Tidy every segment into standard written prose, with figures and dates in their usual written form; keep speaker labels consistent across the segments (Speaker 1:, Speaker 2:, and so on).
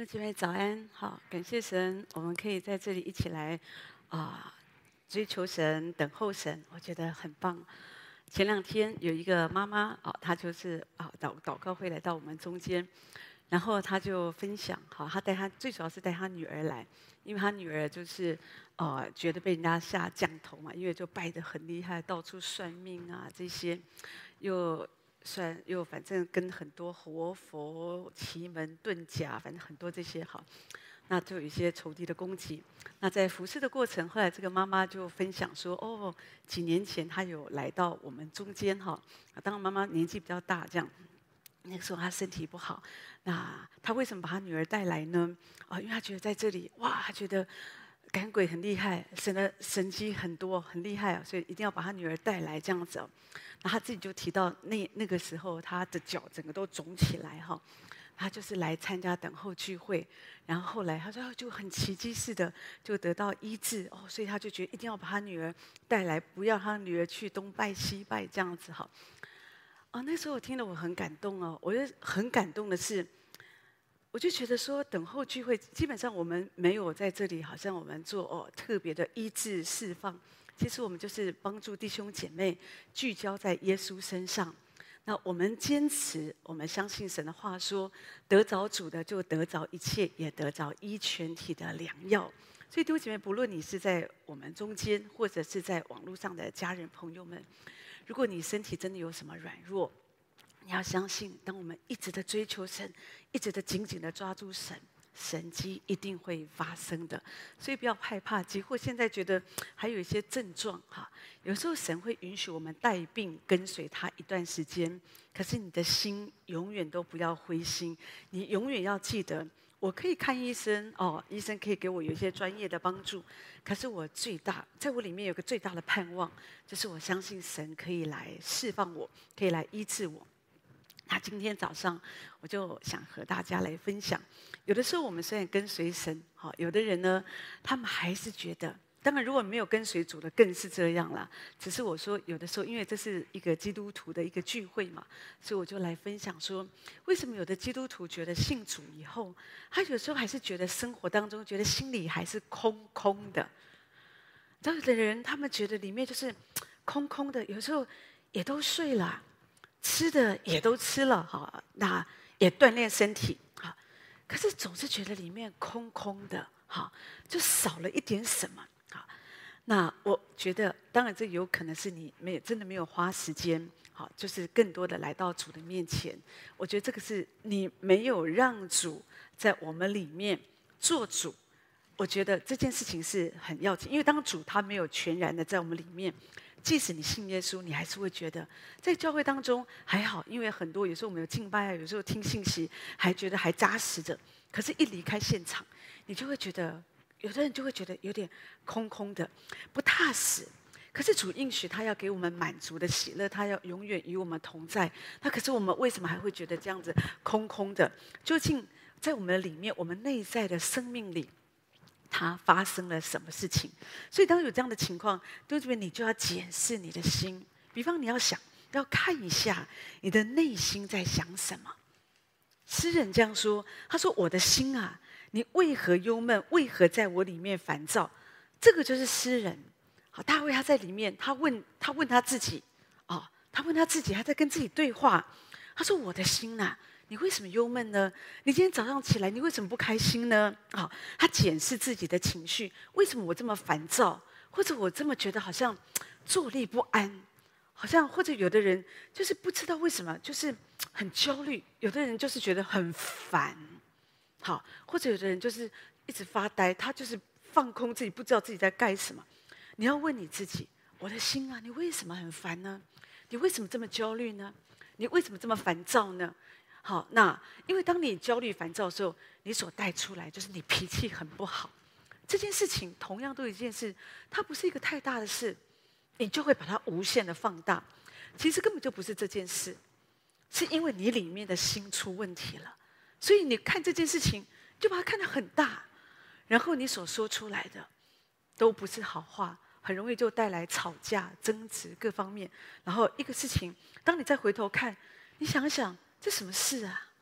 Speaker 1: 兄姐妹早安，好，感谢神，我们可以在这里一起来追求神、等候神，我觉得很棒。前2天有一个妈妈她就是祷告会来到我们中间，然后她就分享，她最主要是带她女儿来，因为她女儿就是觉得被人家下降头嘛，因为就拜得很厉害，到处算命啊这些，又反正跟很多活佛、奇门遁甲，反正很多这些那就有一些仇敌的攻击。那在服侍的过程，后来这个妈妈就分享说，几年前她有来到我们中间当然妈妈年纪比较大，这样。那个时候她身体不好，那她为什么把她女儿带来呢？因为她觉得在这里，她觉得赶鬼很厉害，神的神迹很多，很厉害所以一定要把她女儿带来这样子那她自己就提到那个时候，她的脚整个都肿起来她就是来参加等候聚会，然后后来她说就很奇迹似的就得到医治所以她就觉得一定要把她女儿带来，不要她女儿去东拜西拜这样子那时候我听了我很感动我觉得很感动的是，我就觉得说等候聚会基本上我们没有在这里，好像我们做特别的医治释放，其实我们就是帮助弟兄姐妹聚焦在耶稣身上。那我们坚持，我们相信神的话说，得着主的就得着一切，也得着医全体的良药。所以弟兄姐妹，不论你是在我们中间，或者是在网络上的家人朋友们，如果你身体真的有什么软弱，你要相信，当我们一直的追求神，一直的紧紧的抓住神，神迹一定会发生的。所以不要害怕，即或现在觉得还有一些症状有时候神会允许我们带病跟随他一段时间，可是你的心永远都不要灰心，你永远要记得，我可以看医生医生可以给我有一些专业的帮助，可是在我里面有个最大的盼望，就是我相信神可以来释放我，可以来医治我。那今天早上我就想和大家来分享，有的时候我们虽然跟随神有的人呢，他们还是觉得，当然如果没有跟随主的更是这样啦。只是我说有的时候，因为这是一个基督徒的一个聚会嘛，所以我就来分享说，为什么有的基督徒觉得信主以后，他有时候还是觉得生活当中觉得心里还是空空的。有的人他们觉得里面就是空空的，有时候也都睡了。吃的也都吃了那也锻炼身体可是总是觉得里面空空的就少了一点什么那我觉得，当然这有可能是你真的没有花时间就是更多的来到主的面前。我觉得这个是你没有让主在我们里面做主。我觉得这件事情是很要紧，因为当主他没有全然的在我们里面。即使你信耶稣，你还是会觉得在教会当中还好，因为很多有时候我们有敬拜有时候听信息，还觉得还扎实着。可是，一离开现场，你就会觉得，有的人就会觉得有点空空的，不踏实。可是主应许他要给我们满足的喜乐，他要永远与我们同在。那可是我们为什么还会觉得这样子空空的？究竟在我们里面，我们内在的生命里？它发生了什么事情？所以当有这样的情况，对这边你就要检视你的心。比方你要看一下你的内心在想什么。诗人这样说，他说：“我的心啊，你为何忧闷？为何在我里面烦躁？”这个就是诗人。大卫他在里面，他问他自己他问他自己，还在跟自己对话。他说：“我的心啊。”你为什么忧闷呢？你今天早上起来，你为什么不开心呢？他检视自己的情绪，为什么我这么烦躁？或者我这么觉得好像坐立不安？好像或者有的人就是不知道为什么，就是很焦虑；有的人就是觉得很烦，或者有的人就是一直发呆，他就是放空自己，不知道自己在干什么。你要问你自己：我的心啊，你为什么很烦呢？你为什么这么焦虑呢？你为什么这么烦躁呢？那因为当你焦虑烦躁的时候，你所带出来就是你脾气很不好。这件事情同样都有一件事，它不是一个太大的事，你就会把它无限的放大。其实根本就不是这件事，是因为你里面的心出问题了，所以你看这件事情就把它看得很大，然后你所说出来的都不是好话，很容易就带来吵架、争执各方面。然后一个事情，当你再回头看，你想一想。这什么事啊？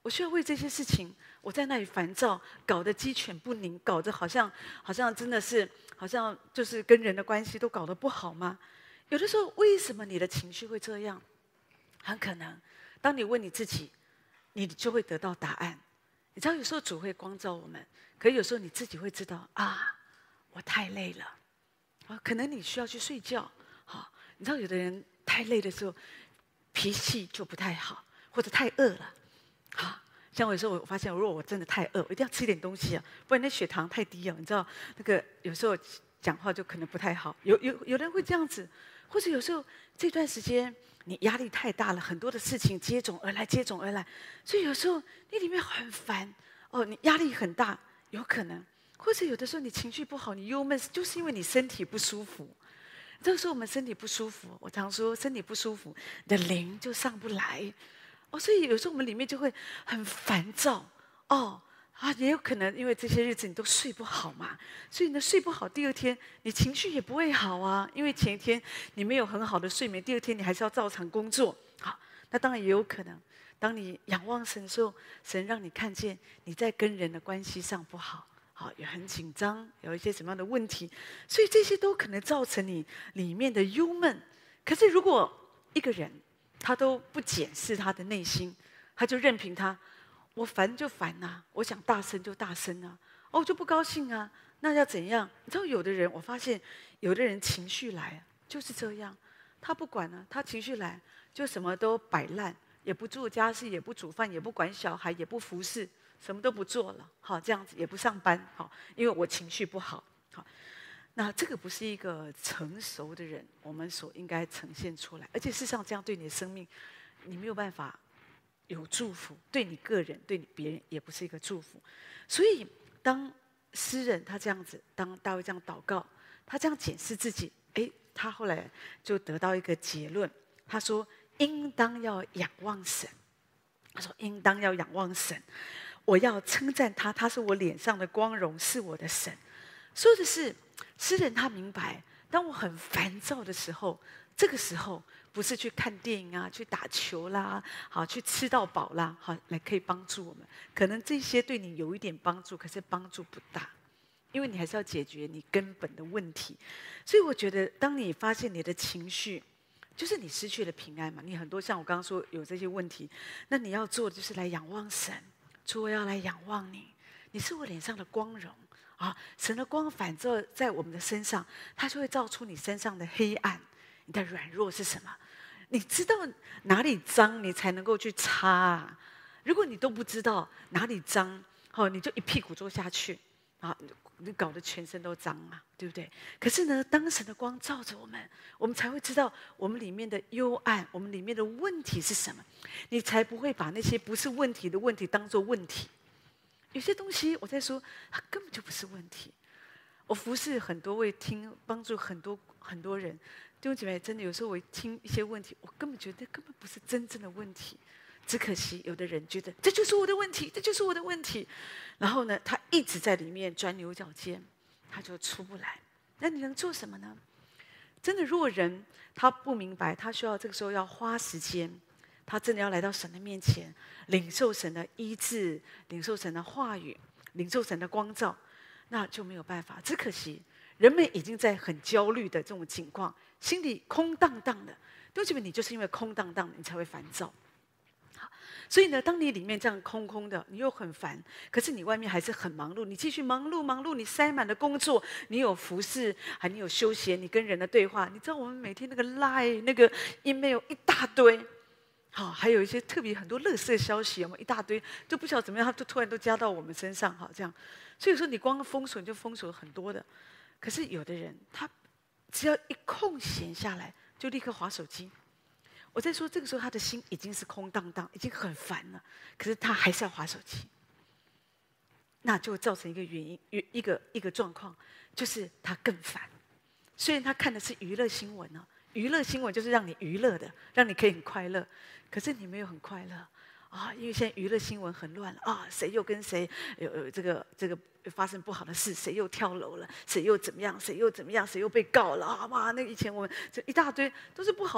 Speaker 1: 我需要为这些事情，我在那里烦躁，搞得鸡犬不宁，搞得好像真的是好像就是跟人的关系都搞得不好吗？有的时候，为什么你的情绪会这样？很可能，当你问你自己，你就会得到答案。你知道，有时候主会光照我们，可有时候你自己会知道啊，我太累了，啊，可能你需要去睡觉。好，你知道，有的人太累的时候，脾气就不太好，或者太饿了。好，像我有时候我发现，如果我真的太饿，我一定要吃点东西啊，不然那血糖太低啊。你知道，那个有时候讲话就可能不太好。有人会这样子，或者有时候这段时间你压力太大了，很多的事情接踵而来，接踵而来，所以有时候你里面很烦哦，你压力很大，有可能，或者有的时候你情绪不好，你忧闷，就是因为你身体不舒服。这个时候我们身体不舒服，我常说身体不舒服，你的灵就上不来。哦，所以有时候我们里面就会很烦躁哦啊，也有可能因为这些日子你都睡不好嘛，所以呢睡不好，第二天你情绪也不会好啊，因为前一天你没有很好的睡眠，第二天你还是要照常工作。好，那当然也有可能，当你仰望神的时候，神让你看见你在跟人的关系上不好，好也很紧张，有一些什么样的问题，所以这些都可能造成你里面的忧闷。可是如果一个人，他都不检视他的内心，他就任凭他，我烦就烦呐、我想大声就大声啊，哦，我就不高兴啊，那要怎样？你知道，有的人我发现，有的人情绪来就是这样，他不管了、他情绪来就什么都摆烂，也不做家事，也不煮饭，也不管小孩，也不服侍，什么都不做了，好这样子也不上班，好，因为我情绪不好，好。那这个不是一个成熟的人，我们所应该呈现出来，而且事实上这样对你的生命，你没有办法有祝福，对你个人，对你别人也不是一个祝福。所以当诗人他这样子，当大卫这样祷告，他这样检视自己，诶，他后来就得到一个结论，他说应当要仰望神。他说应当要仰望神，我要称赞他，他是我脸上的光荣，是我的神。说的是诗人他明白，当我很烦躁的时候，这个时候不是去看电影啊，去打球啦，好去吃到饱啦，好来可以帮助我们。可能这些对你有一点帮助，可是帮助不大，因为你还是要解决你根本的问题。所以我觉得，当你发现你的情绪，就是你失去了平安嘛，你很多像我刚刚说有这些问题，那你要做的就是来仰望神，主我要来仰望你，你是我脸上的光荣。啊，神的光反照在我们的身上，它就会照出你身上的黑暗。你的软弱是什么？你知道哪里脏，你才能够去擦啊。如果你都不知道哪里脏，哦，你就一屁股坐下去，啊，你搞得全身都脏啊，对不对？可是呢，当神的光照着我们，我们才会知道我们里面的幽暗，我们里面的问题是什么。你才不会把那些不是问题的问题当作问题。有些东西我在说，它根本就不是问题。我服侍很多位，帮助很多人。弟兄姐妹，真的有时候我听一些问题，我根本觉得根本不是真正的问题。只可惜有的人觉得这就是我的问题，这就是我的问题。然后呢，他一直在里面钻牛角尖，他就出不来。那你能做什么呢？真的，如果人他不明白，他需要这个时候要花时间。他真的要来到神的面前，领受神的医治，领受神的话语，领受神的光照，那就没有办法。只可惜，人们已经在很焦虑的这种情况，心里空荡荡的。弟兄姐妹，你就是因为空荡荡的，你才会烦躁。好，所以呢，当你里面这样空空的，你又很烦，可是你外面还是很忙碌，你继续忙碌，你塞满了工作，你有服侍，还你有休闲，你跟人的对话，你知道我们每天那个 line 那个 email 一大堆。好，还有一些特别很多垃圾消息，我们一大堆，就不晓得怎么样，它就突然都加到我们身上，好这样。所以说，你光封锁你就封锁了很多的。可是有的人，他只要一空闲下来，就立刻划手机。我在说，这个时候他的心已经是空荡荡，已经很烦了，可是他还是要划手机。那就会造成一个原因，一个状况，就是他更烦。虽然他看的是娱乐新闻呢。娱乐新闻就是让你娱乐的，让你可以很快乐，可是你没有很快乐啊，因为现在娱乐新闻很乱啊，谁又跟谁有这个发生不好的事，谁又跳楼了，谁又怎么样，谁又怎么样，谁又被告了啊！哇，那以前我们这一大堆都是不好的，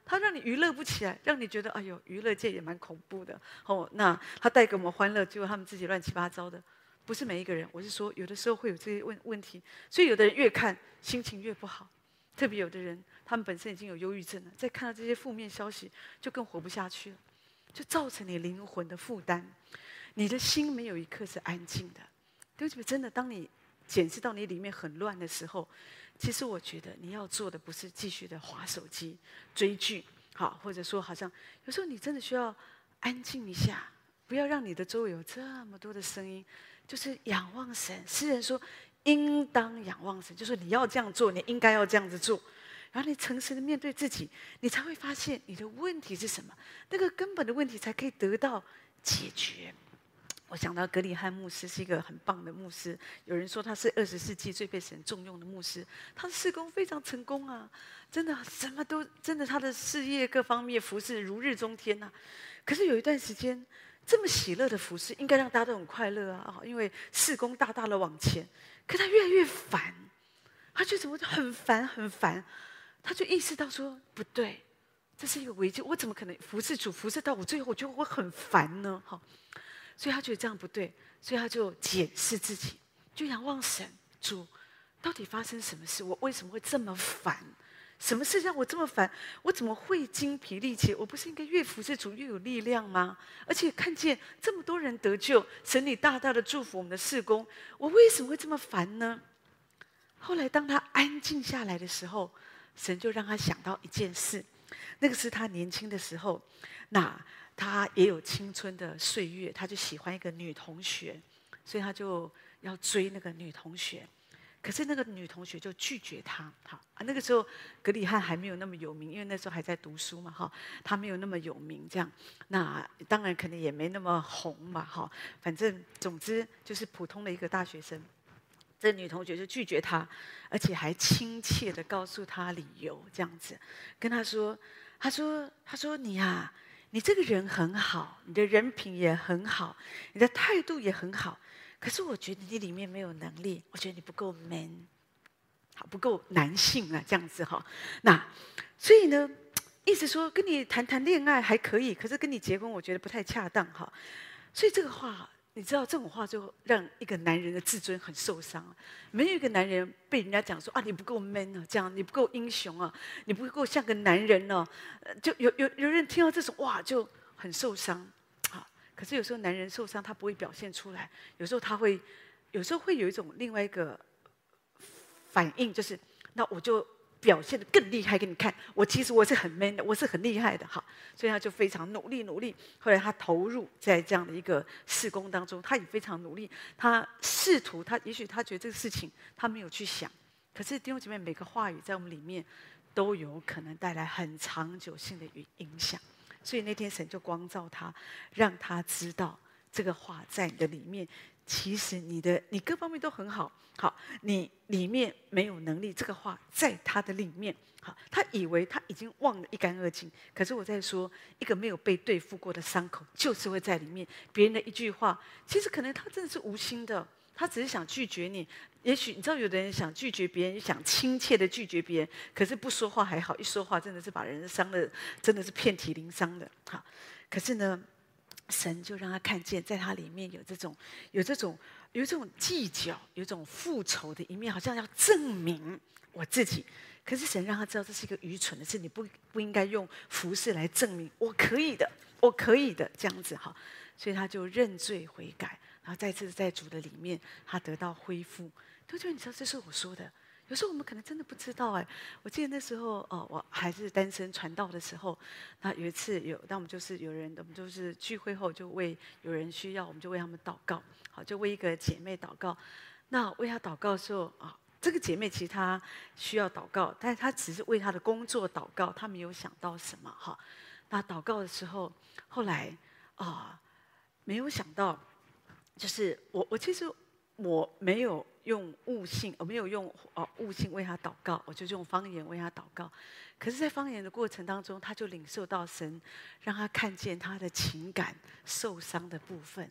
Speaker 1: 他让你娱乐不起来，让你觉得哎呦，娱乐界也蛮恐怖的哦。那他带给我们欢乐，结果他们自己乱七八糟的。不是每一个人，我是说，有的时候会有这些问题，所以有的人越看心情越不好。特别有的人，他们本身已经有忧郁症了，再看到这些负面消息，就更活不下去了，就造成你灵魂的负担。你的心没有一刻是安静的。对不起，真的，当你检视到你里面很乱的时候，其实我觉得你要做的不是继续的滑手机、追剧，好，或者说好像有时候你真的需要安静一下，不要让你的周围有这么多的声音，就是仰望神。诗人说，应当仰望神，就是你要这样做，你应该要这样子做。然后你诚实的面对自己，你才会发现你的问题是什么，那个根本的问题才可以得到解决。我想到格里汉牧师是一个很棒的牧师，有人说他是20世纪最被神重用的牧师，他的事工非常成功啊，真的什么都真的，他的事业各方面服侍如日中天呐。可是有一段时间，这么喜乐的服侍，应该让大家都很快乐啊，因为事工大大的往前，可他越来越烦，他觉得怎么很烦很烦，他就意识到说不对，这是一个危机，我怎么可能服侍主服侍到我最后，我觉得我很烦呢？哈。所以他觉得这样不对，所以他就检视自己，就仰望神主，到底发生什么事？我为什么会这么烦？什么事让我这么烦？我怎么会精疲力竭？我不是应该越服侍主越有力量吗？而且看见这么多人得救，神你大大的祝福我们的事工，我为什么会这么烦呢？后来当他安静下来的时候，神就让他想到一件事，那个是他年轻的时候，那。他也有青春的岁月，他就喜欢一个女同学，所以他就要追那个女同学。可是那个女同学就拒绝他。好啊，那个时候格里汉还没有那么有名，因为那时候还在读书嘛，哈，他没有那么有名，这样。那当然可能也没那么红嘛，哈。反正总之就是普通的一个大学生。这女同学就拒绝他，而且还亲切的告诉他理由，这样子跟他说：“他说你啊。”你这个人很好，你的人品也很好，你的态度也很好。可是我觉得你里面没有能力，我觉得你不够 man， 好，不够男性啊，这样子哈。那所以呢，意思说跟你谈谈恋爱还可以，可是跟你结婚，我觉得不太恰当哈。所以这个话，你知道这种话就让一个男人的自尊很受伤。没有一个男人被人家讲说啊，你不够 man 啊，这样你不够英雄啊，你不够像个男人哦。就有人听到这种哇，就很受伤。好，可是有时候男人受伤，他不会表现出来，有时候他会，有时候会有一种另外一个反应，就是那我就。表现得更厉害给你看，其实我是很 man 的，我是很厉害的哈，所以他就非常努力。后来他投入在这样的一个事工当中，他也非常努力。他试图，也许他觉得这个事情他没有去想，可是弟兄姐妹每个话语在我们里面都有可能带来很长久性的影响。所以那天神就光照他，让他知道这个话在你的里面。其实你各方面都很好，好，你里面没有能力，这个话在他的里面，好，他以为他已经忘得一干二净，可是我在说，一个没有被对付过的伤口，就是会在里面。别人的一句话，其实可能他真的是无心的，他只是想拒绝你。也许你知道，有的人想拒绝别人，想亲切的拒绝别人，可是不说话还好，一说话真的是把人伤的，真的是遍体鳞伤的。好，可是呢？神就让他看见，在他里面有这种计较，有这种复仇的一面，好像要证明我自己。可是神让他知道这是一个愚蠢的事，你不应该用服事来证明我可以的，我可以的这样子哈。所以他就认罪悔改，然后再次在主的里面，他得到恢复。对不对？你知道这是我说的。有时候我们可能真的不知道哎。我记得那时候我还是单身传道的时候，那有一次那我们就是有人，我们就是聚会后就为有人需要，我们就为他们祷告，好，就为一个姐妹祷告。那为她祷告的时候啊，这个姐妹其实她需要祷告，但是她只是为她的工作祷告，她没有想到什么哈。那祷告的时候，后来没有想到，就是我其实我没有用悟性，我没有用悟性为他祷告，我就用方言为他祷告。可是，在方言的过程当中，他就领受到神让他看见他的情感受伤的部分。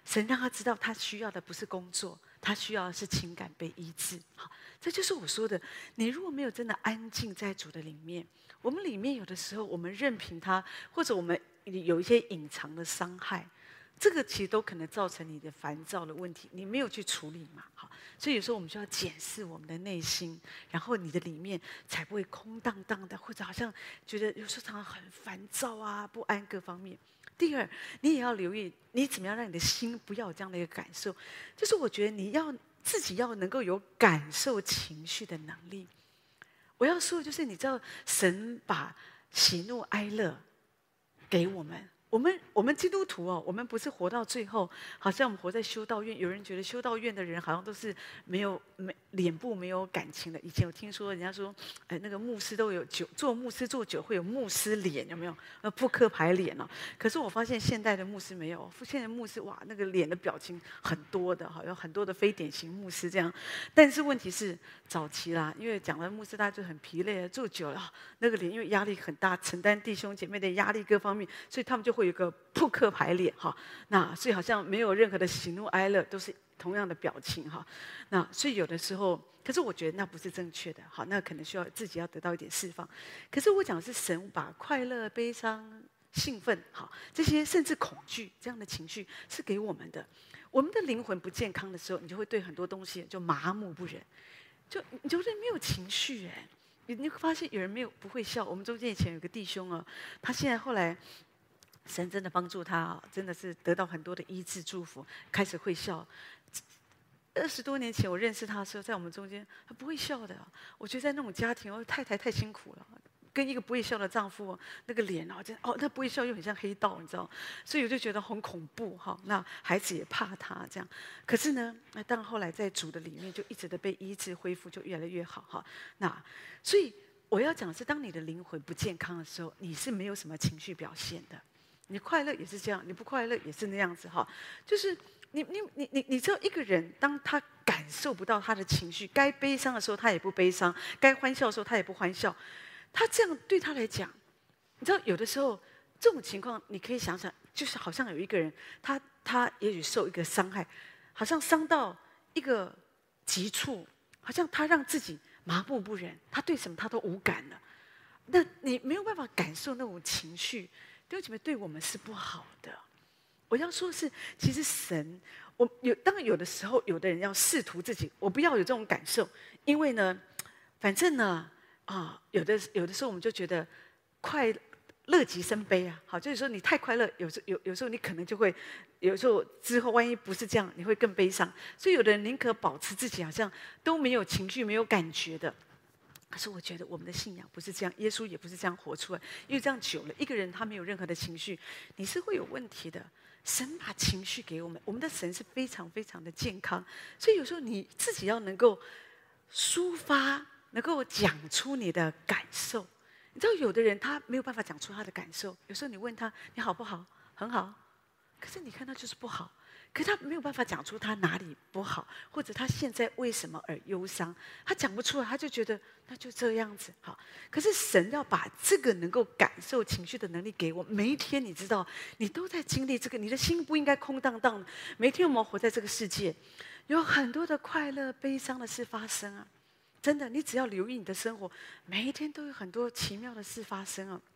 Speaker 1: 神让他知道，他需要的不是工作，他需要的是情感被医治。好，这就是我说的。你如果没有真的安静在主的里面，我们里面有的时候我们任凭他，或者我们有一些隐藏的伤害，这个其实都可能造成你的烦躁的问题，你没有去处理嘛。好，所以有时候我们就要检视我们的内心，然后你的里面才不会空荡荡的，或者好像觉得有时候常常很烦躁啊、不安各方面。第二，你也要留意，你怎么样让你的心不要有这样的一个感受，就是我觉得你要自己要能够有感受情绪的能力。我要说的就是，你知道，神把喜怒哀乐给我们。我们基督徒哦，我们不是活到最后，好像我们活在修道院。有人觉得修道院的人好像都是脸部没有感情的。以前有听说人家说，那个牧师都有做牧师做久会有牧师脸，有没有？扑克牌脸哦。可是我发现现代的牧师没有，现在牧师哇，那个脸的表情很多的，好有很多的非典型牧师这样。但是问题是早期啦，因为讲了牧师大家就很疲累，做久了那个脸因为压力很大，承担弟兄姐妹的压力各方面，所以他们就会有一个扑克牌脸哈。那所以好像没有任何的喜怒哀乐，都是同样的表情哈。那所以有的时候，可是我觉得那不是正确的，好，那可能需要自己要得到一点释放。可是我讲的是神把快乐、悲伤、兴奋，好这些甚至恐惧这样的情绪是给我们的。我们的灵魂不健康的时候，你就会对很多东西就麻木不仁，你就没有情绪哎。你会发现有人不会笑。我们中间以前有个弟兄啊，他现在后来神真的帮助他啊，真的是得到很多的医治祝福，开始会笑。20多年前我认识他的时候，在我们中间他不会笑的。我觉得在那种家庭，太太太辛苦了，跟一个不会笑的丈夫，那个脸哦，那不会笑又很像黑道，你知道？所以我就觉得很恐怖哈。那孩子也怕他这样。可是呢，但后来在主的里面就一直的被医治恢复，就越来越好哈。那所以我要讲的是，当你的灵魂不健康的时候，你是没有什么情绪表现的。你快乐也是这样，你不快乐也是那样子哈。就是你知道一个人，当他感受不到他的情绪，该悲伤的时候他也不悲伤，该欢笑的时候他也不欢笑，他这样对他来讲，你知道有的时候这种情况，你可以想想，就是好像有一个人，他也许受一个伤害，好像伤到一个极处，好像他让自己麻木不仁，他对什么他都无感了。那你没有办法感受那种情绪，弟兄姐妹，对我们是不好的。我要说的是，其实神，当然有的时候，有的人要试图自己，我不要有这种感受，因为呢，反正呢，有的时候我们就觉得乐极生悲啊，好，就是说你太快乐，有时候你可能就会，有时候之后万一不是这样，你会更悲伤。所以有的人宁可保持自己好像都没有情绪、没有感觉的。可是我觉得我们的信仰不是这样，耶稣也不是这样活出来。因为这样久了，一个人他没有任何的情绪，你是会有问题的。神把情绪给我们，我们的神是非常非常的健康，所以有时候你自己要能够抒发，能够讲出你的感受。你知道，有的人他没有办法讲出他的感受，有时候你问他你好不好，很好，可是你看他就是不好。可是他没有办法讲出他哪里不好，或者他现在为什么而忧伤，他讲不出来，他就觉得那就这样子好。可是神要把这个能够感受情绪的能力给我，每一天你知道，你都在经历这个，你的心不应该空荡荡的。每一天我们活在这个世界，有很多的快乐、悲伤的事发生啊！真的，你只要留意你的生活，每一天都有很多奇妙的事发生啊。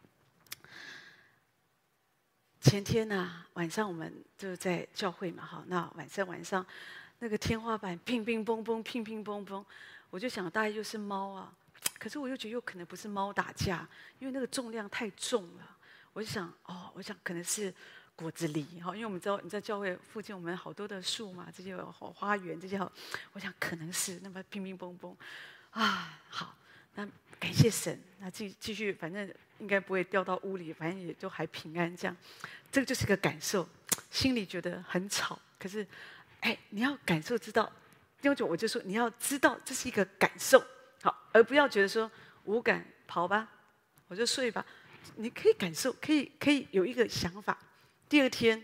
Speaker 1: 前天呢，晚上我们就在教会嘛，哈，那晚上，那个天花板乒乒乓乓，乒乒乓乓，我就想大概又是猫啊，可是我又觉得又可能不是猫打架，因为那个重量太重了。我就想，我想可能是果子狸哈，因为我们知道你在教会附近，我们好多的树嘛，这些花园这些，我想可能是那么乒乒乓乓，好。那感谢神，那继续，反正应该不会掉到屋里，反正也就还平安这样。这个就是个感受，心里觉得很吵，可是，你要感受知道，因为我就说你要知道这是一个感受，好，而不要觉得说无感跑吧，我就睡吧。你可以感受，可以有一个想法。第二天，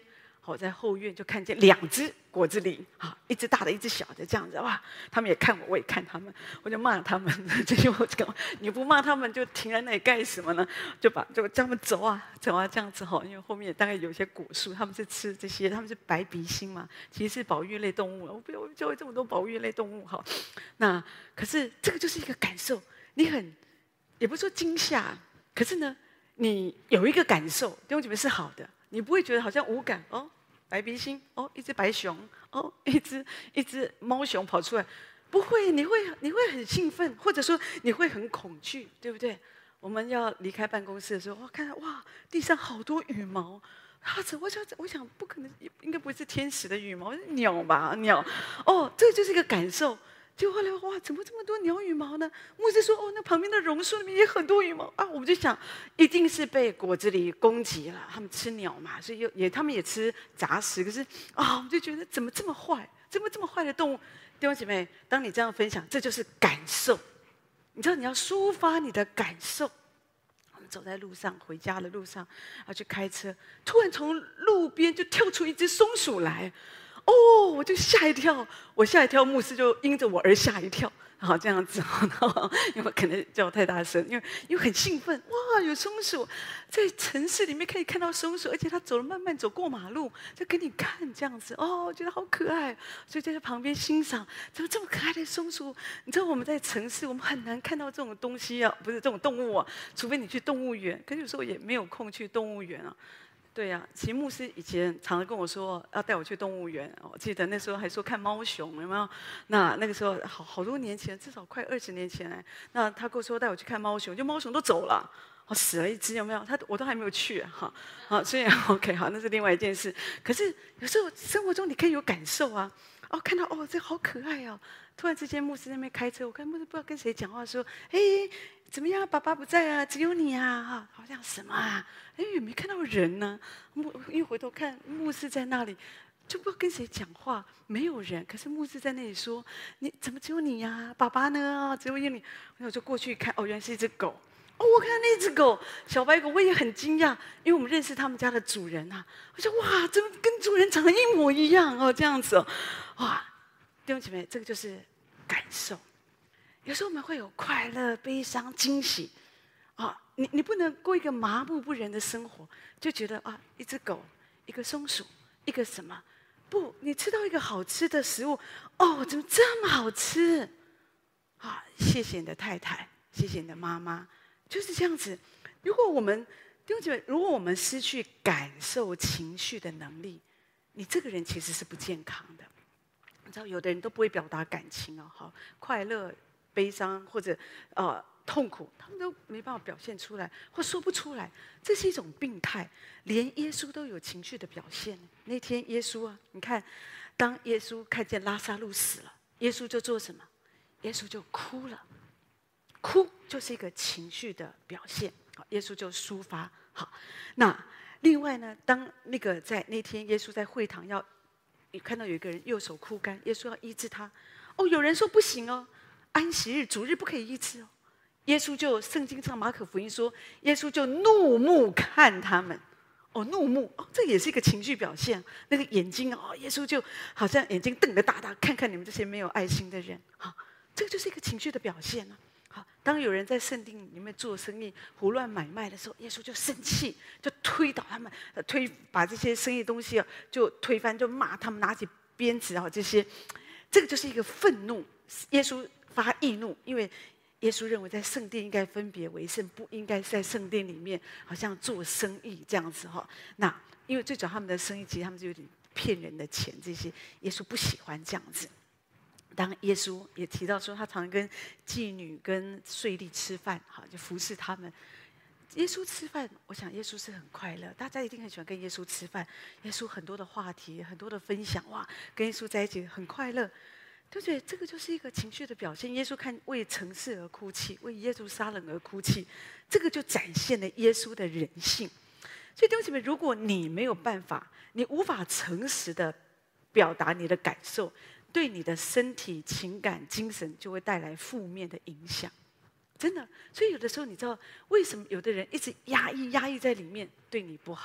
Speaker 1: 好，在后院就看见2只果子狸，好，一只大的，一只小的，这样子哇，他们也看我，我也看他们，我就骂他们，这些我讲，你不骂他们就停在那里干什么呢？就叫他们走啊走啊这样子哈，因为后面大概有些果树，他们是吃这些，他们是白鼻星嘛，其实是保育类动物，我不要教会这么多保育类动物哈。那可是这个就是一个感受，你很也不是说惊吓，可是呢，你有一个感受，弟兄姐妹是好的。你不会觉得好像无感哦，白鼻星哦，一只白熊哦，一只猫熊跑出来，不会，你会很兴奋，或者说你会很恐惧，对不对？我们要离开办公室的时候，哇，看到哇，地上好多羽毛，我想不可能，应该不是天使的羽毛，是鸟吧？鸟，哦，这就是一个感受。结果后来哇，怎么这么多鸟羽毛呢？牧师说哦，那旁边的榕树里面也很多羽毛啊。我们就想，一定是被果子狸攻击了。他们吃鸟嘛，所以他们也吃杂食。可是啊，我们就觉得怎么这么坏？怎么这么坏的动物？弟兄姐妹，当你这样分享，这就是感受。你知道你要抒发你的感受。我们走在路上，回家的路上，要去开车，突然从路边就跳出一只松鼠来。哦，我就吓一跳，我吓一跳，牧师就因着我而吓一跳，好这样子，因为可能叫我太大声，因为很兴奋，哇，有松鼠，在城市里面可以看到松鼠，而且它慢慢走过马路，就给你看这样子，哦，我觉得好可爱，所以就在旁边欣赏，怎么这么可爱的松鼠？你知道我们在城市，我们很难看到这种东西啊，不是这种动物啊，除非你去动物园，可是有时候也没有空去动物园啊。对呀，其实牧师以前常常跟我说要带我去动物园。我记得那时候还说看猫熊，有没有？那个时候好多年前，至少快20年前哎。那他跟我说带我去看猫熊，就猫熊都走了，死了一只，有没有？我都还没有去哈。好，所以 OK 好，那是另外一件事。可是有时候生活中你可以有感受啊。哦，看到哦，这好可爱哦！突然之间，牧师那边开车，我看牧师不知道跟谁讲话，说：“哎，怎么样？爸爸不在啊，只有你啊！哈，好像什么啊？哎，也没看到人呢。一回头看，牧师在那里，就不知道跟谁讲话，没有人。可是牧师在那里说：你怎么只有你呀？爸爸呢？只有你。我就过去看，哦，原来是一只狗。哦，我看到那只狗，小白狗，我也很惊讶，因为我们认识他们家的主人啊。我说哇，怎么跟主人长得一模一样哦？这样子哦，哇，弟兄姐妹，这个就是感受。有时候我们会有快乐、悲伤、惊喜，啊，你不能过一个麻木不仁的生活，就觉得啊，一只狗，一个松鼠，一个什么？不，你吃到一个好吃的食物，哦，怎么这么好吃？啊，谢谢你的太太，谢谢你的妈妈。就是这样子。如果我们弟兄姐妹，如果我们失去感受情绪的能力，你这个人其实是不健康的。你知道，有的人都不会表达感情哦，好，快乐、悲伤或者痛苦，他们都没办法表现出来，或说不出来，这是一种病态。连耶稣都有情绪的表现。那天耶稣啊，你看，当耶稣看见拉撒路死了，耶稣就做什么？耶稣就哭了。哭就是一个情绪的表现，耶稣就抒发。好，那另外呢，当那个在那天耶稣在会堂你看到有一个人右手枯干，耶稣要医治他。哦，有人说不行哦，安息日、主日不可以医治哦。耶稣就圣经上马可福音说，耶稣就怒目看他们。哦，怒目哦，这也是一个情绪表现。那个眼睛哦，耶稣就好像眼睛瞪得大大，看看你们这些没有爱心的人。好，这个就是一个情绪的表现啊。好，当有人在圣地里面做生意、胡乱买卖的时候，耶稣就生气，就推倒他们，把这些生意东西啊就推翻，就骂他们，拿起鞭子啊这些，这个就是一个愤怒。耶稣发易怒，因为耶稣认为在圣殿应该分别为圣，不应该在圣殿里面好像做生意这样子哈。那因为最早他们的生意，其实他们就有点骗人的钱，这些耶稣不喜欢这样子。当耶稣也提到说，他常跟妓女、跟税吏吃饭，好就服侍他们。耶稣吃饭，我想耶稣是很快乐，大家一定很喜欢跟耶稣吃饭。耶稣很多的话题，很多的分享，哇，跟耶稣在一起很快乐，对不对？这个就是一个情绪的表现。耶稣看为城市而哭泣，为耶路撒冷而哭泣，这个就展现了耶稣的人性。所以弟兄姐妹，如果你没有办法，你无法诚实的表达你的感受，对你的身体、情感、精神就会带来负面的影响，真的。所以有的时候，你知道为什么有的人一直压抑在里面，对你不好？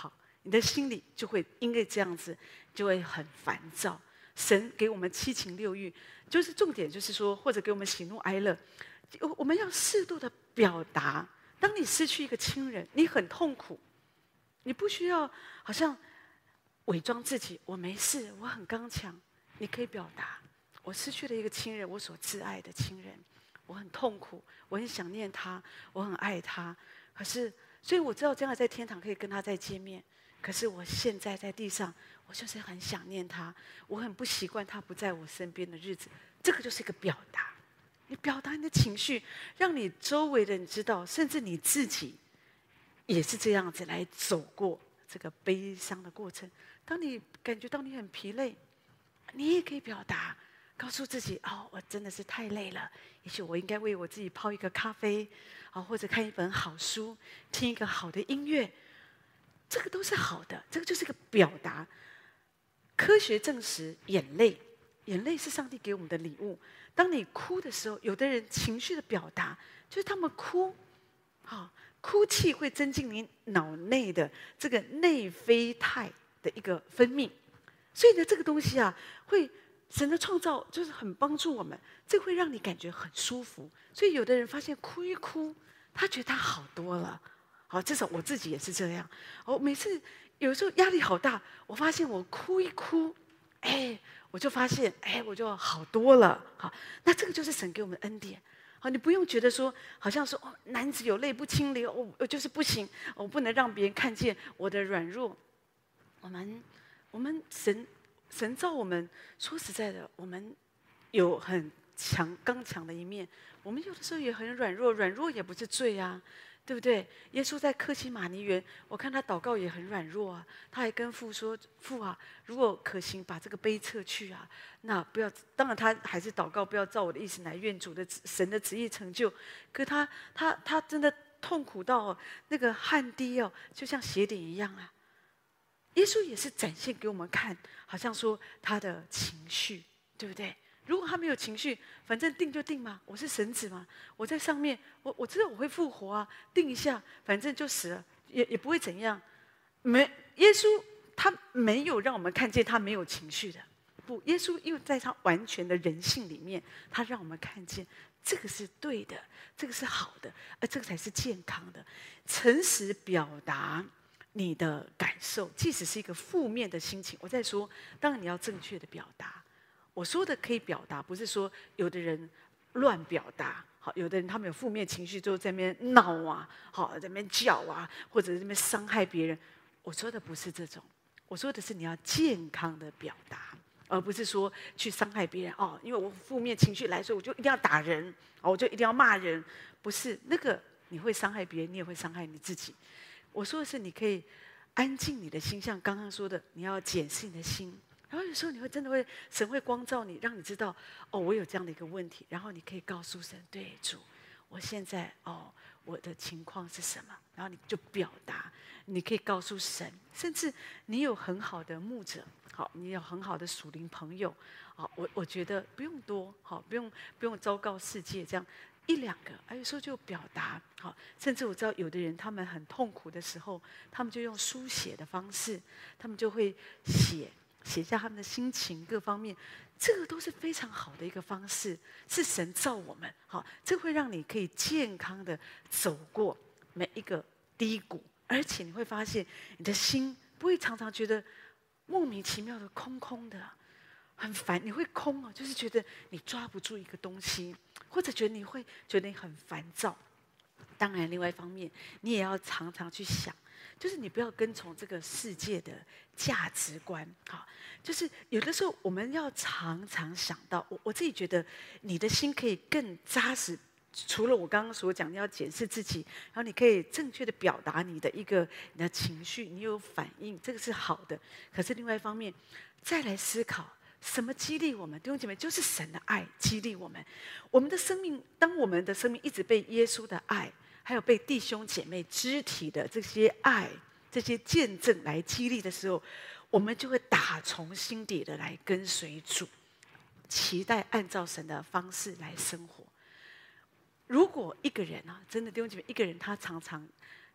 Speaker 1: 你的心里就会因为这样子就会很烦躁。神给我们七情六欲，就是重点就是说，或者给我们喜怒哀乐，我们要适度的表达。当你失去一个亲人，你很痛苦，你不需要好像伪装自己，我没事，我很刚强。你可以表达，我失去了一个亲人，我所挚爱的亲人，我很痛苦，我很想念他，我很爱他。可是，所以我知道将来在天堂可以跟他再见面。可是我现在在地上，我就是很想念他，我很不习惯他不在我身边的日子。这个就是一个表达，你表达你的情绪，让你周围的人知道，甚至你自己也是这样子来走过这个悲伤的过程。当你感觉到你很疲累，你也可以表达，告诉自己：哦，我真的是太累了，也许我应该为我自己泡一个咖啡，或者看一本好书，听一个好的音乐。这个都是好的，这个就是一个表达。科学证实，眼泪是上帝给我们的礼物。当你哭的时候，有的人情绪的表达就是他们哭，哭泣会增进你脑内的这个内啡肽的一个分泌，所以呢，这个东西啊，神的创造就是很帮助我们，这会让你感觉很舒服。所以有的人发现哭一哭，他觉得他好多了。好，至少我自己也是这样。每次有时候压力好大，我发现我哭一哭，我就发现，我就好多了。好，那这个就是神给我们的恩典。好，你不用觉得说，好像说男子有泪不轻流，我就是不行，我不能让别人看见我的软弱。我们神造我们，说实在的，我们有很刚强的一面，我们有的时候也很软弱，软弱也不是罪啊。对不对？耶稣在客西马尼园，我看他祷告也很软弱啊。他还跟父说：“父啊，如果可行，把这个杯撤去啊。那不要，当然他还是祷告，不要照我的意思来，愿主的神的旨意成就。可他真的痛苦到那个汗滴就像血点一样啊。耶稣也是展现给我们看，好像说他的情绪，对不对？如果他没有情绪，反正定就定嘛，我是神子嘛，我在上面，我知道我会复活啊，定一下，反正就死了，也不会怎样。耶稣他没有让我们看见他没有情绪的，不，耶稣因为在他完全的人性里面，他让我们看见这个是对的，这个是好的，而这个才是健康的，诚实表达你的感受，即使是一个负面的心情。我在说，当然你要正确的表达。我说的可以表达，不是说有的人乱表达。好，有的人他们有负面情绪，就在那边闹啊，好，在那边叫啊，或者在那边伤害别人。我说的不是这种，我说的是你要健康的表达，而不是说去伤害别人。因为我负面情绪来说，我就一定要打人，我就一定要骂人。不是那个，你会伤害别人，你也会伤害你自己。我说的是，你可以安静你的心，像刚刚说的，你要检视你的心。然后有时候你会真的神会光照你，让你知道我有这样的一个问题，然后你可以告诉神，对主，我现在我的情况是什么？然后你就表达，你可以告诉神，甚至你有很好的牧者，好，你有很好的属灵朋友，我觉得不用多，好，不用昭告世界这样。一两个，有时候就表达好，甚至我知道有的人他们很痛苦的时候，他们就用书写的方式，他们就会写下他们的心情各方面，这个都是非常好的一个方式，是神造我们好，这会让你可以健康的走过每一个低谷，而且你会发现你的心不会常常觉得莫名其妙的空空的。很烦，你会空就是觉得你抓不住一个东西，或者觉得你很烦躁。当然，另外一方面，你也要常常去想，就是你不要跟从这个世界的价值观，就是有的时候我们要常常想到，我自己觉得你的心可以更扎实。除了我刚刚所讲，你要检视自己，然后你可以正确的表达你的情绪，你有反应，这个是好的。可是另外一方面，再来思考。什么激励我们？弟兄姐妹，就是神的爱激励我们。我们的生命，当我们的生命一直被耶稣的爱，还有被弟兄姐妹肢体的这些爱、这些见证来激励的时候，我们就会打从心底的来跟随主，期待按照神的方式来生活。如果一个人真的弟兄姐妹，一个人他常常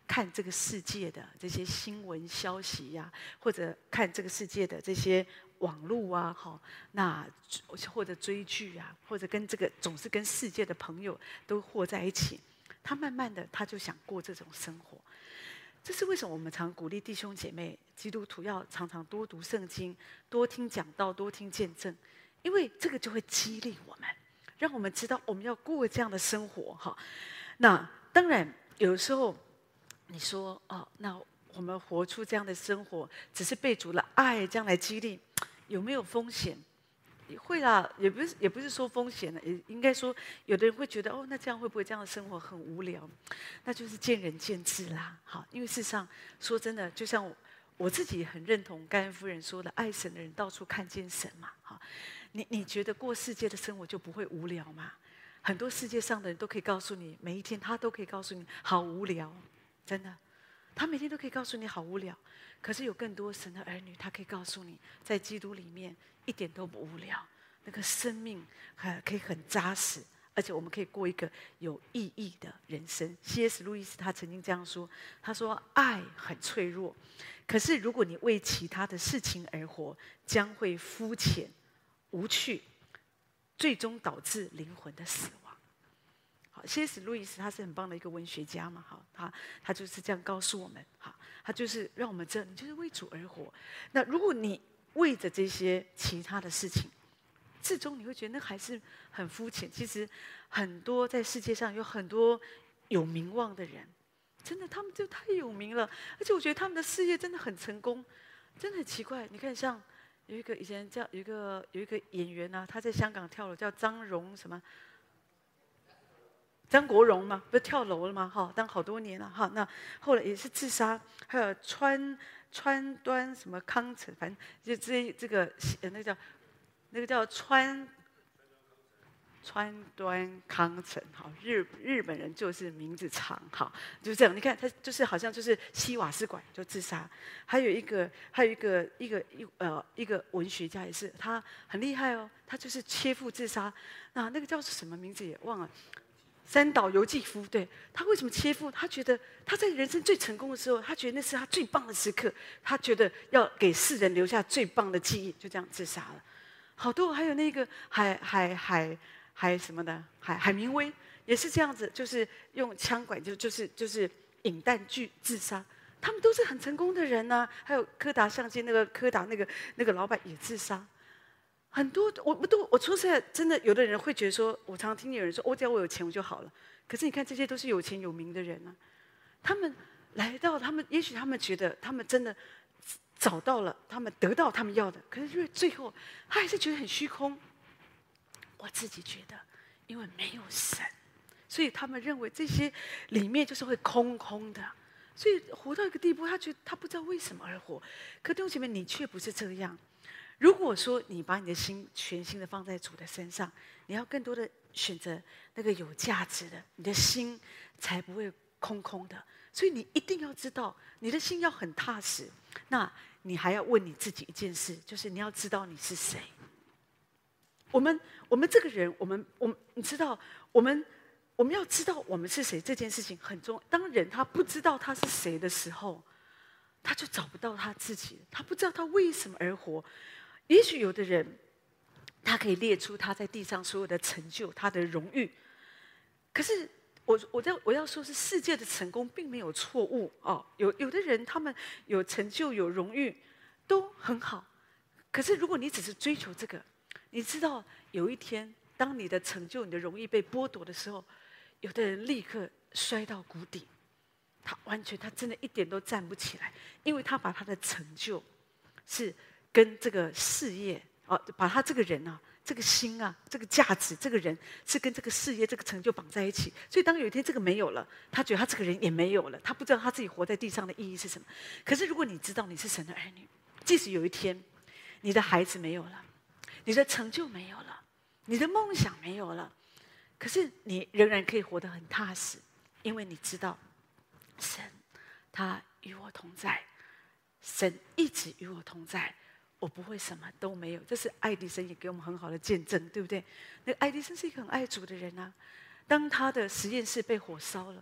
Speaker 1: 看这个世界的这些新闻消息呀、或者看这个世界的这些网络啊，好，那或者追剧啊，或者跟这个总是跟世界的朋友都和在一起，他慢慢的他就想过这种生活。这是为什么我们常鼓励弟兄姐妹基督徒要常常多读圣经、多听讲道、多听见证，因为这个就会激励我们，让我们知道我们要过这样的生活哈。那当然，有时候你说哦，那我们活出这样的生活，只是被主的爱这样来激励，有没有风险？会啦，也不是说风险的，也应该说，有的人会觉得哦，那这样会不会这样的生活很无聊？那就是见仁见智啦。好，因为事实上说真的，就像我自己很认同甘恩夫人说的，爱神的人到处看见神嘛。好，你觉得过世界的生活就不会无聊吗？很多世界上的人都可以告诉你，每一天他都可以告诉你好无聊，真的，他每天都可以告诉你好无聊。可是有更多神的儿女，他可以告诉你，在基督里面一点都不无聊，那个生命可以很扎实，而且我们可以过一个有意义的人生。C.S. 路易斯他曾经这样说，他说爱很脆弱，可是如果你为其他的事情而活，将会肤浅无趣，最终导致灵魂的死亡。好，C.S. 路易斯他是很棒的一个文学家嘛，好，他就是这样告诉我们，好，他就是让我们知道，你就是为主而活。那如果你为着这些其他的事情，最终你会觉得那还是很肤浅。其实很多在世界上有很多有名望的人，真的他们就太有名了，而且我觉得他们的事业真的很成功，真的很奇怪。你看像有一个以前叫有一个演员啊，他在香港跳楼，叫张荣什么？张国荣嘛，不是跳楼了吗？哈，当好多年了哈。那后来也是自杀，还有川端什么康成，反正就这个那个叫川端康成，好，日本人就是名字长，好，就是这样。你看他就是好像就是西瓦斯馆就自杀，还有一个文学家也是，他很厉害哦，他就是切腹自杀。那个叫什么名字也忘了。三岛由纪夫，对，他为什么切腹？他觉得他在人生最成功的时候，他觉得那是他最棒的时刻，他觉得要给世人留下最棒的记忆，就这样自杀了。好多还有那个海什么的，海明威也是这样子，就是用枪管就是引弹去自杀。他们都是很成功的人呐、还有柯达相机柯达那个老板也自杀。很多我说实在，真的有的人会觉得说，我常常听有人说，只要我有钱我就好了。可是你看，这些都是有钱有名的人啊，他们来到也许他们觉得他们真的找到了，他们得到他们要的，可是最后他还是觉得很虚空。我自己觉得，因为没有神，所以他们认为这些里面就是会空空的，所以活到一个地步，他觉得他不知道为什么而活。可弟兄姐妹，你却不是这样。如果说你把你的心全心的放在主的身上，你要更多的选择那个有价值的，你的心才不会空空的。所以你一定要知道，你的心要很踏实。那你还要问你自己一件事，就是你要知道你是谁。我们这个人，你知道，我们要知道我们是谁这件事情很重要。当人他不知道他是谁的时候，他就找不到他自己，他不知道他为什么而活。也许有的人，他可以列出他在地上所有的成就，他的荣誉。可是我要说是世界的成功并没有错误哦。有的人他们有成就有荣誉都很好，可是如果你只是追求这个，你知道有一天当你的成就、你的荣誉被剥夺的时候，有的人立刻摔到谷底，他真的一点都站不起来，因为他把他的成就是跟这个事业把他这个人啊、这个心啊、这个价值、这个人是跟这个事业、这个成就绑在一起。所以当有一天这个没有了，他觉得他这个人也没有了，他不知道他自己活在地上的意义是什么。可是如果你知道你是神的儿女，即使有一天你的孩子没有了，你的成就没有了，你的梦想没有了，可是你仍然可以活得很踏实，因为你知道神他与我同在，神一直与我同在。我不会什么都没有，这是爱迪生也给我们很好的见证，对不对？那个爱迪生是一个很爱主的人啊。当他的实验室被火烧了，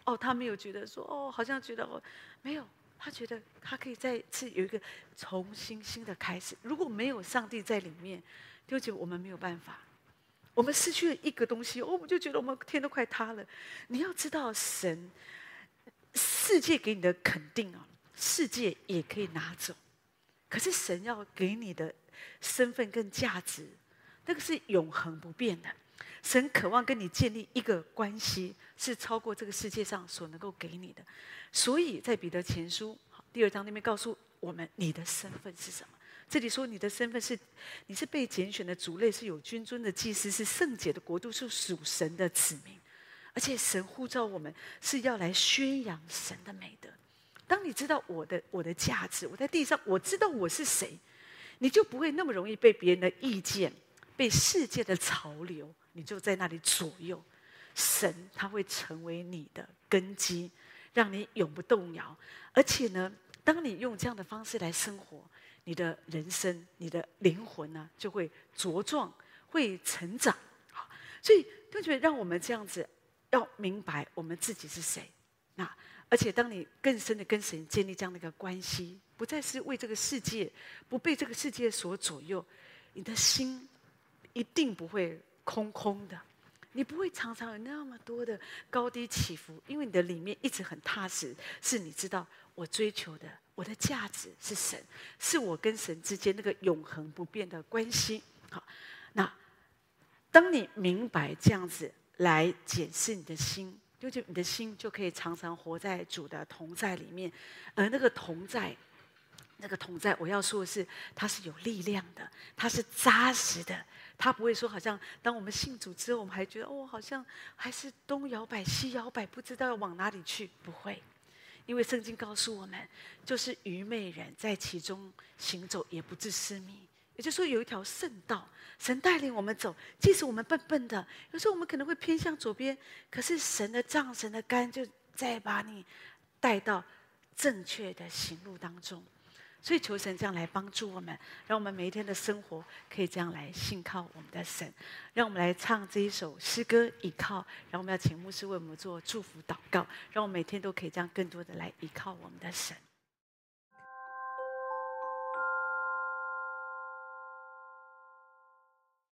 Speaker 1: 哦，他没有觉得说哦，好像觉得哦，没有，他觉得他可以再次有一个重新新的开始。如果没有上帝在里面，就觉得我们没有办法。我们失去了一个东西，哦，我们就觉得我们天都快塌了。你要知道，世界给你的肯定啊，世界也可以拿走。可是神要给你的身份跟价值，那个是永恒不变的。神渴望跟你建立一个关系，是超过这个世界上所能够给你的。所以在彼得前书第2章那边告诉我们，你的身份是什么？这里说你的身份是，你是被拣选的族类，是有君尊的祭司，是圣洁的国度，是属神的子民。而且神呼召我们是要来宣扬神的美德。当你知道我的价值，我在地上我知道我是谁，你就不会那么容易被别人的意见、被世界的潮流，你就在那里左右。神他会成为你的根基，让你永不动摇。而且呢，当你用这样的方式来生活，你的人生、你的灵魂呢，就会茁壮，会成长。好，所以就觉得让我们这样子要明白我们自己是谁。那而且当你更深的跟神建立这样的一个关系，不再是为这个世界，不被这个世界所左右，你的心一定不会空空的。你不会常常有那么多的高低起伏，因为你的里面一直很踏实，是你知道我追求的，我的价值是神，是我跟神之间那个永恒不变的关系。好，那当你明白这样子来检视你的心，就你的心就可以常常活在主的同在里面，而那个同在。那个同在，我要说的是，它是有力量的，它是扎实的，它不会说好像当我们信主之后，我们还觉得哦，好像还是东摇摆西摇摆，不知道要往哪里去。不会，因为圣经告诉我们，就是愚昧人在其中行走，也不致失迷。也就是说，有一条圣道，神带领我们走，即使我们笨笨的，有时候我们可能会偏向左边，可是神的杖、神的竿就再把你带到正确的行路当中。所以求神这样来帮助我们，让我们每一天的生活可以这样来信靠我们的神。让我们来唱这一首诗歌《倚靠》，然后我们要请牧师为我们做祝福祷告，让我们每天都可以这样更多的来依靠我们的神。